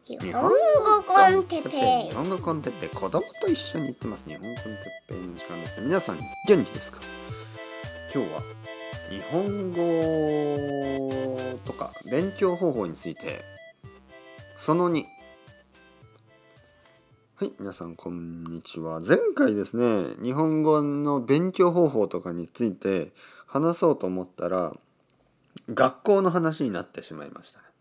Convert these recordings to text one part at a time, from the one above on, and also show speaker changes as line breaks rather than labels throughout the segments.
日本語コンテッペイ。
日本語コンテッペイ、子供と一緒に行ってます。日本語コンテッペイの時間ですね。皆さん元気ですか？今日は日本語とか勉強方法についてその2。はい、皆さんこんにちは。前回ですね、日本語の勉強方法とかについて話そうと思ったら学校の話になってしまいましたね。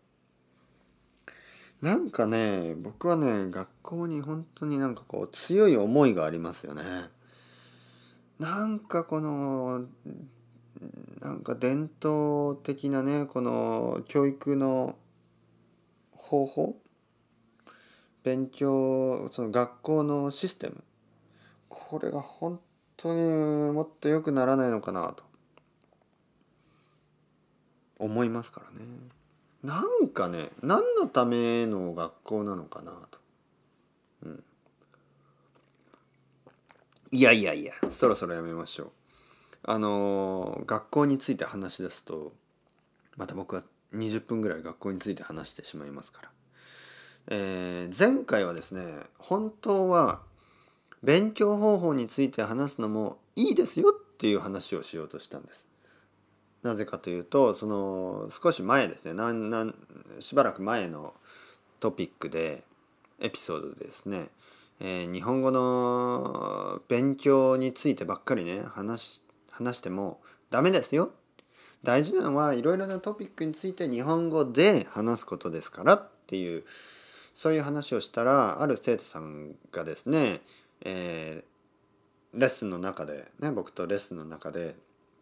なんかね、僕はね、学校に本当になんかこう強い思いがありますよね。なんかこのなんか伝統的なね、この教育の方法、勉強、その学校のシステム、これが本当にもっと良くならないのかなと思いますからね。なんかね、何のための学校なのかなと。いやいやいや、そろそろやめましょう。学校について話し出すとまた僕は20分ぐらい学校について話してしまいますから、前回はですね、本当は勉強方法について話すのもいいですよっていう話をしようとしたんです。なぜかというと、その少し前ですね、しばらく前のトピックでエピソードでですね、日本語の勉強についてばっかりね話してもダメですよ。大事なのはいろいろなトピックについて日本語で話すことですからっていう、そういう話をしたら、ある生徒さんがですね、レッスンの中でね、僕とレッスンの中で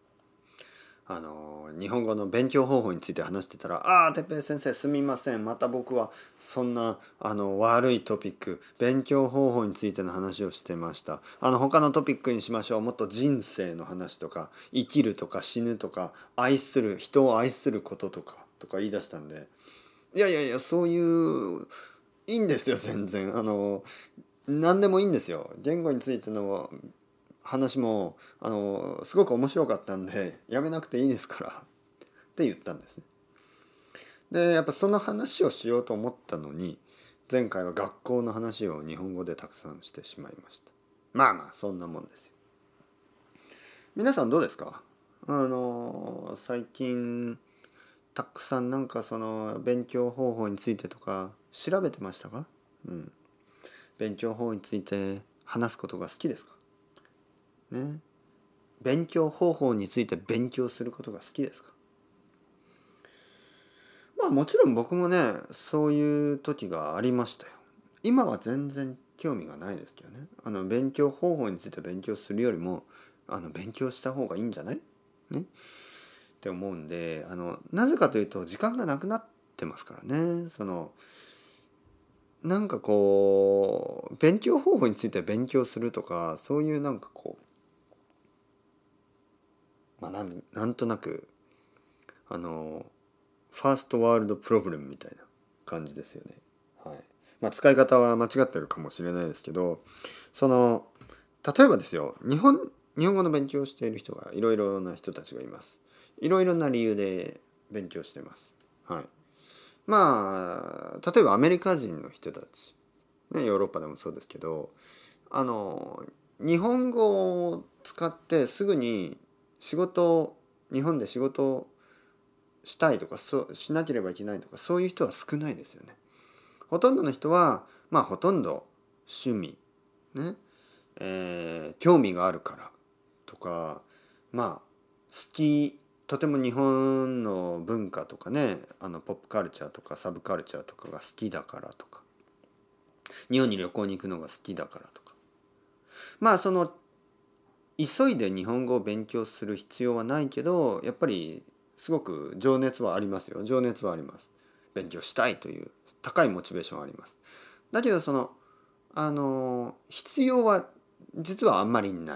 日本語の勉強方法について話してたら、てっぺい先生すみません、また僕はそんな悪いトピック、勉強方法についての話をしてました。他のトピックにしましょう。もっと人生の話とか、生きるとか死ぬとか、人を愛することとか言い出したんで、いやいやいや、そういういいんですよ、全然何でもいいんですよ。言語についての話もすごく面白かったんでやめなくていいですからって言ったんですね。でやっぱその話をしようと思ったのに、前回は学校の話を日本語でたくさんしてしまいました。まあそんなもんですよ。皆さんどうですか？最近たくさんなんかその勉強方法についてとか調べてましたか？勉強法について話すことが好きですかね。勉強方法について勉強することが好きですか？もちろん僕もね、そういう時がありましたよ。今は全然興味がないですけどね。勉強方法について勉強するよりも勉強した方がいいんじゃないねって思うんで、なぜかというと時間がなくなってますからね。なんかこう勉強方法について勉強するとか、そういうなんかこうなんとなくファーストワールドプロブレムみたいな感じですよね。はい。使い方は間違ってるかもしれないですけど、例えばですよ、日本語の勉強をしている人がいろいろな人たちがいます。いろいろな理由で勉強してます。はい。例えばアメリカ人の人たち、ね、ヨーロッパでもそうですけど、日本語を使ってすぐに日本で仕事をしたいとか、そうしなければいけないとか、そういう人は少ないですよね。ほとんどの人はほとんど趣味ね、興味があるからとか、好き、とても日本の文化とかね、ポップカルチャーとかサブカルチャーとかが好きだからとか、日本に旅行に行くのが好きだからとか、急いで日本語を勉強する必要はないけど、やっぱりすごく情熱はありますよ。情熱はあります。勉強したいという高いモチベーションはあります。だけど必要は実はあんまりない、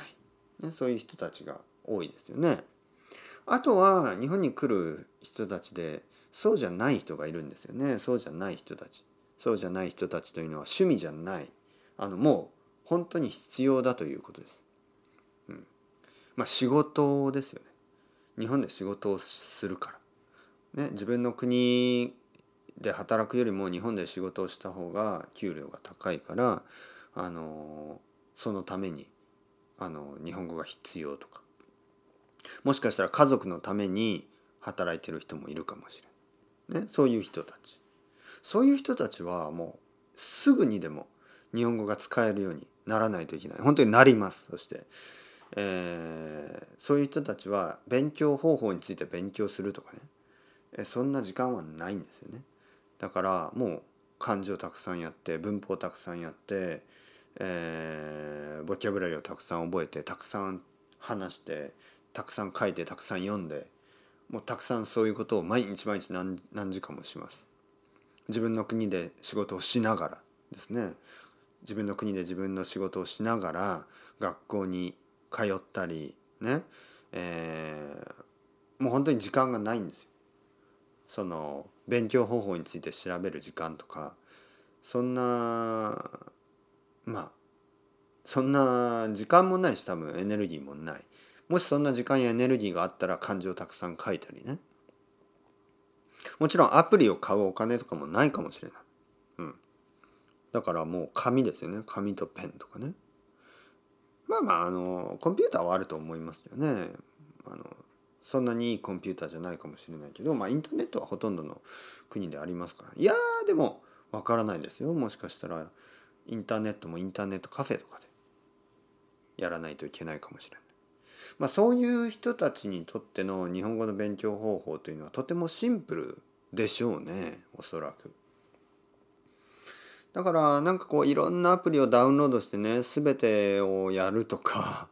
ね、そういう人たちが多いですよね。あとは日本に来る人たちでそうじゃない人がいるんですよね。そうじゃない人たちというのは趣味じゃない、もう本当に必要だということです。仕事ですよね。日本で仕事をするから、ね、自分の国で働くよりも日本で仕事をした方が給料が高いから、そのために日本語が必要とか、もしかしたら家族のために働いてる人もいるかもしれない、ね、そういう人たちはもうすぐにでも日本語が使えるようにならないといけない。本当になります。そして、そういう人たちは勉強方法について勉強するとかね、そんな時間はないんですよね。だからもう漢字をたくさんやって文法をたくさんやって、ボキャブラリーをたくさん覚えてたくさん話してたくさん書いてたくさん読んで、もうたくさんそういうことを毎日毎日何時間もします。自分の国で仕事をしながらですね、自分の国で自分の仕事をしながら学校に通ったりね、もう本当に時間がないんですよ。その勉強方法について調べる時間とか、そんなそんな時間もないし、多分エネルギーもない。もしそんな時間やエネルギーがあったら漢字をたくさん書いたりね、もちろんアプリを買うお金とかもないかもしれない。だからもう紙ですよね。紙とペンとかね。コンピューターはあると思いますよね。そんなにいいコンピューターじゃないかもしれないけど、インターネットはほとんどの国でありますから。いやーでもわからないですよ。もしかしたらインターネットもインターネットカフェとかでやらないといけないかもしれない。そういう人たちにとっての日本語の勉強方法というのはとてもシンプルでしょうね、おそらく。だからなんかこういろんなアプリをダウンロードしてね、全てをやるとか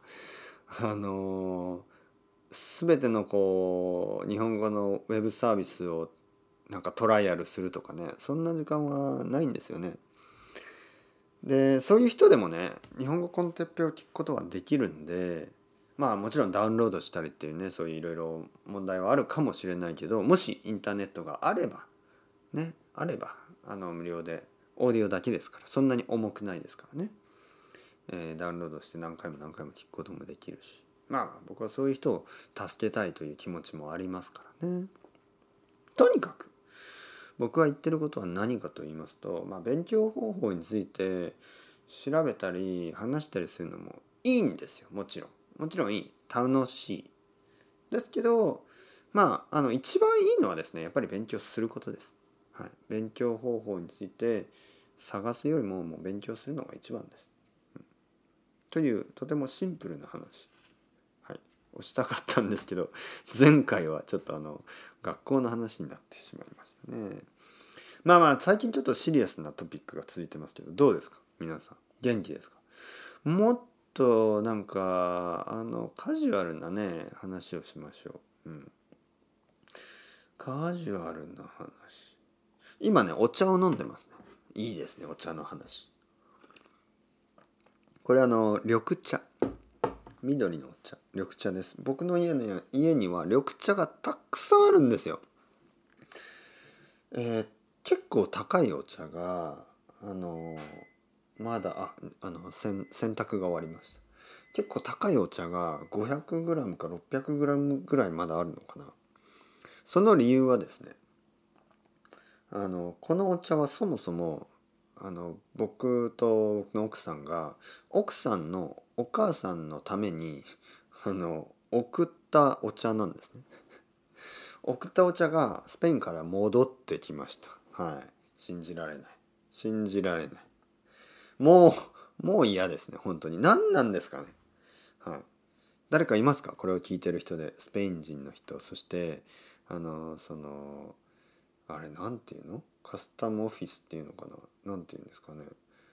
全てのこう日本語のウェブサービスをなんかトライアルするとかね、そんな時間はないんですよね。でそういう人でもね、日本語コンテッペを聞くことはできるんで、もちろんダウンロードしたりっていうね、そういういろいろ問題はあるかもしれないけど、もしインターネットがあれば無料でオーディオだけですから、そんなに重くないですからね、ダウンロードして何回も何回も聞くこともできるし、僕はそういう人を助けたいという気持ちもありますからね。とにかく僕が言ってることは何かと言いますと、勉強方法について調べたり話したりするのもいいんですよ。もちろんいい、楽しいですけど、一番いいのはですね、やっぱり勉強することです。勉強方法について探すよりももう勉強するのが一番です。というとてもシンプルな話、をしたかったんですけど、前回はちょっと学校の話になってしまいましたね。最近ちょっとシリアスなトピックが続いてますけど、どうですか皆さん、元気ですか？もっとなんかカジュアルなね話をしましょう。カジュアルな話。今ねお茶を飲んでますね。いいですね、お茶の話。これ緑茶、緑のお茶、緑茶です。僕の家には緑茶がたくさんあるんですよ。結構高いお茶がまだ洗濯が終わりました。結構高いお茶が 500g か 600g ぐらいまだあるのかな。その理由はですね、このお茶はそもそも僕と僕の奥さんが奥さんのお母さんのために送ったお茶なんですね。送ったお茶がスペインから戻ってきました。信じられない。もう嫌ですね、本当に。何なんですかね。誰かいますか、これを聞いてる人で、スペイン人の人。そしてあれなんていうの、カスタムオフィスっていうのかな、なんていうんですかね、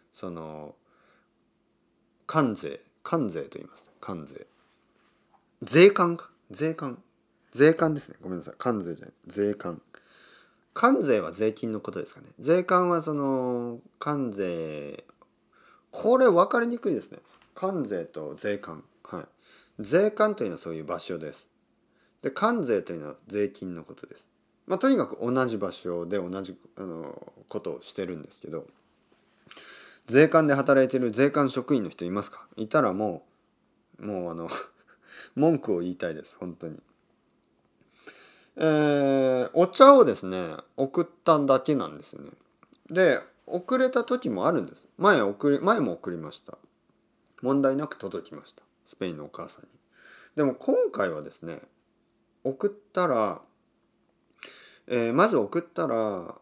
関税と言います。関税、税関ですね。ごめんなさい、関税じゃない、税関。関税は税金のことですかね。税関は関税、これ分かりにくいですね。関税と税関。税関というのはそういう場所です。で、関税というのは税金のことです。とにかく同じ場所で同じことをしてるんですけど、税関で働いてる税関職員の人いますか？いたらもう文句を言いたいです、本当に。 お茶をですね送っただけなんですよね。で遅れた時もあるんです。前も送りました。問題なく届きました、スペインのお母さんに。でも今回はですね送ったら、まず送ったら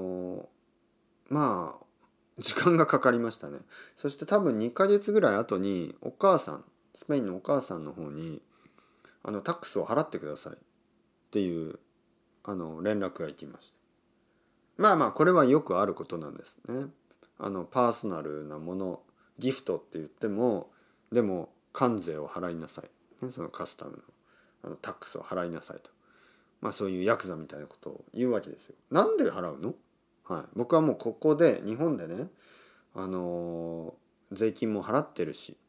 まあ時間がかかりましたね。そして多分2ヶ月ぐらい後にスペインのお母さんの方にタックスを払ってくださいっていう連絡が行きました。まあまあこれはよくあることなんですね。パーソナルなものギフトって言ってもでも関税を払いなさい、ね、そのカスタムのタックスを払いなさいと、まあそういうヤクザみたいなことを言うわけですよ。なんで払うの？はい、僕はもうここで日本でね、税金も払ってるし、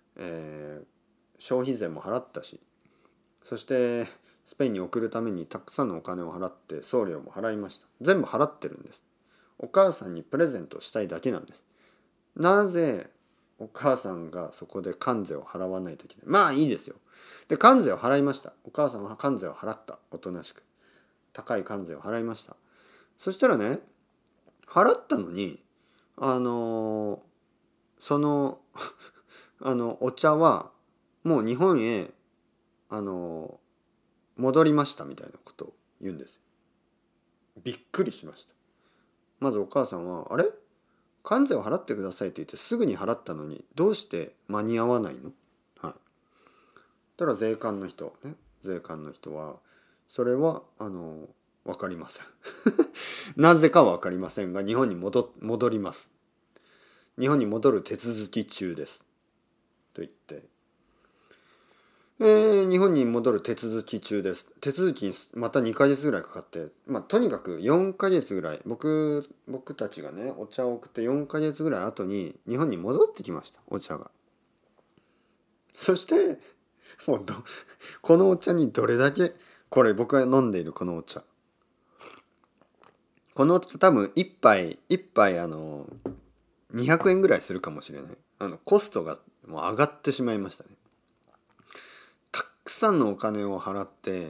消費税も払ったし、そしてスペインに送るためにたくさんのお金を払って送料も払いました。全部払ってるんです。お母さんにプレゼントしたいだけなんです。なぜお母さんがそこで関税を払わないといけない？まあいいですよ。で関税を払いました。お母さんは関税を払った。おとなしく高い関税を払いました。そしたらね払ったのにそのお茶はもう日本へ戻りましたみたいなことを言うんです。びっくりしました。まずお母さんはあれ関税を払ってくださいと言ってすぐに払ったのにどうして間に合わないの？はい。たら税関の人はそれは分かりませんなぜか分かりませんが日本に戻ります。日本に戻る手続き中ですと言って、日本に戻る手続き中です。手続きにまた2ヶ月ぐらいかかって、とにかく4ヶ月ぐらい僕たちがねお茶を送って4ヶ月ぐらい後に日本に戻ってきました、お茶が。そしてもうこのお茶にどれだけこれ僕が飲んでいるこのお茶多分一杯200円ぐらいするかもしれない。コストがもう上がってしまいましたね。たくさんのお金を払って、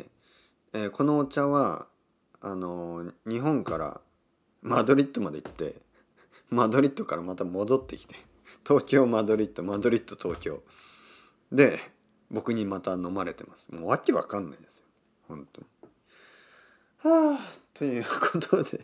このお茶は日本からマドリッドまで行ってマドリッドからまた戻ってきて東京マドリッド東京で僕にまた飲まれてます。もうわけわかんないですよ本当に。はあということで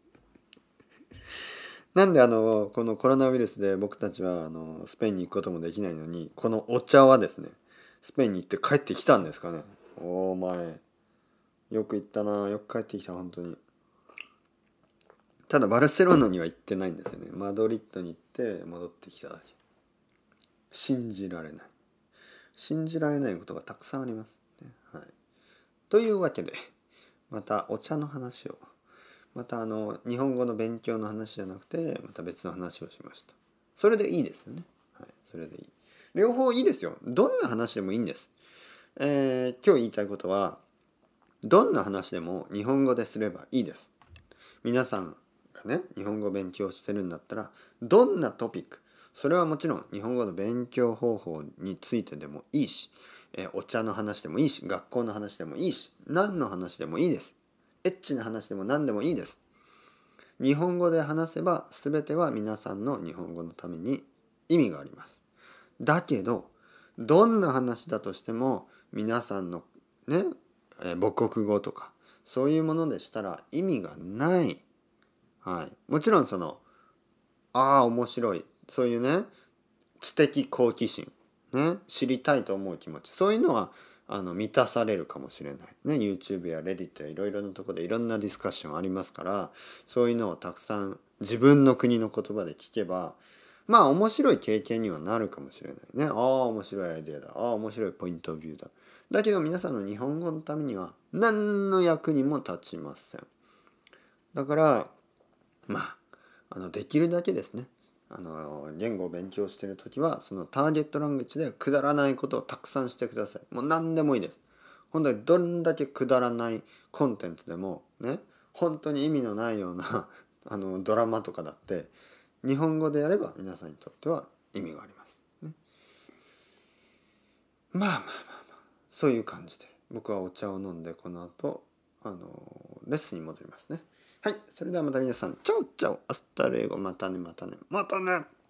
なんでこのコロナウイルスで僕たちはスペインに行くこともできないのにこのお茶はですねスペインに行って帰ってきたんですかね。お前よく行ったな、よく帰ってきた本当に。ただバルセロナには行ってないんですよね。マドリッドに行って戻ってきただけ。信じられないことがたくさんあります、ね。はい、というわけでまたお茶の話をまた日本語の勉強の話じゃなくてまた別の話をしました。それでいいですよね。はい、それでいい。両方いいですよ。どんな話でもいいんです。今日言いたいことはどんな話でも日本語ですればいいです。皆さんがね日本語を勉強してるんだったらどんなトピックそれはもちろん日本語の勉強方法についてでもいいし、お茶の話でもいいし学校の話でもいいし何の話でもいいです。エッチな話でも何でもいいです。日本語で話せば全ては皆さんの日本語のために意味があります。だけどどんな話だとしても皆さんのね、母国語とかそういうものでしたら意味がない。はい、もちろん面白いそういうね知的好奇心、ね、知りたいと思う気持ちそういうのは満たされるかもしれない、ね、YouTube や Reddit やいろいろなところでいろんなディスカッションありますからそういうのをたくさん自分の国の言葉で聞けば面白い経験にはなるかもしれないね。面白いアイデアだ。面白いポイントオブビューだ。だけど皆さんの日本語のためには何の役にも立ちません。だからできるだけですね言語を勉強している時はそのターゲットラングエッジでくだらないことをたくさんしてください。もう何でもいいです。本当にどんだけくだらないコンテンツでもね本当に意味のないようなドラマとかだって日本語でやれば皆さんにとっては意味があります、ね、そういう感じで僕はお茶を飲んでこの後レッスンに戻りますね。はい、それではまた皆さん、チャオチャオ、アスタレゴ、またねまたねまたね。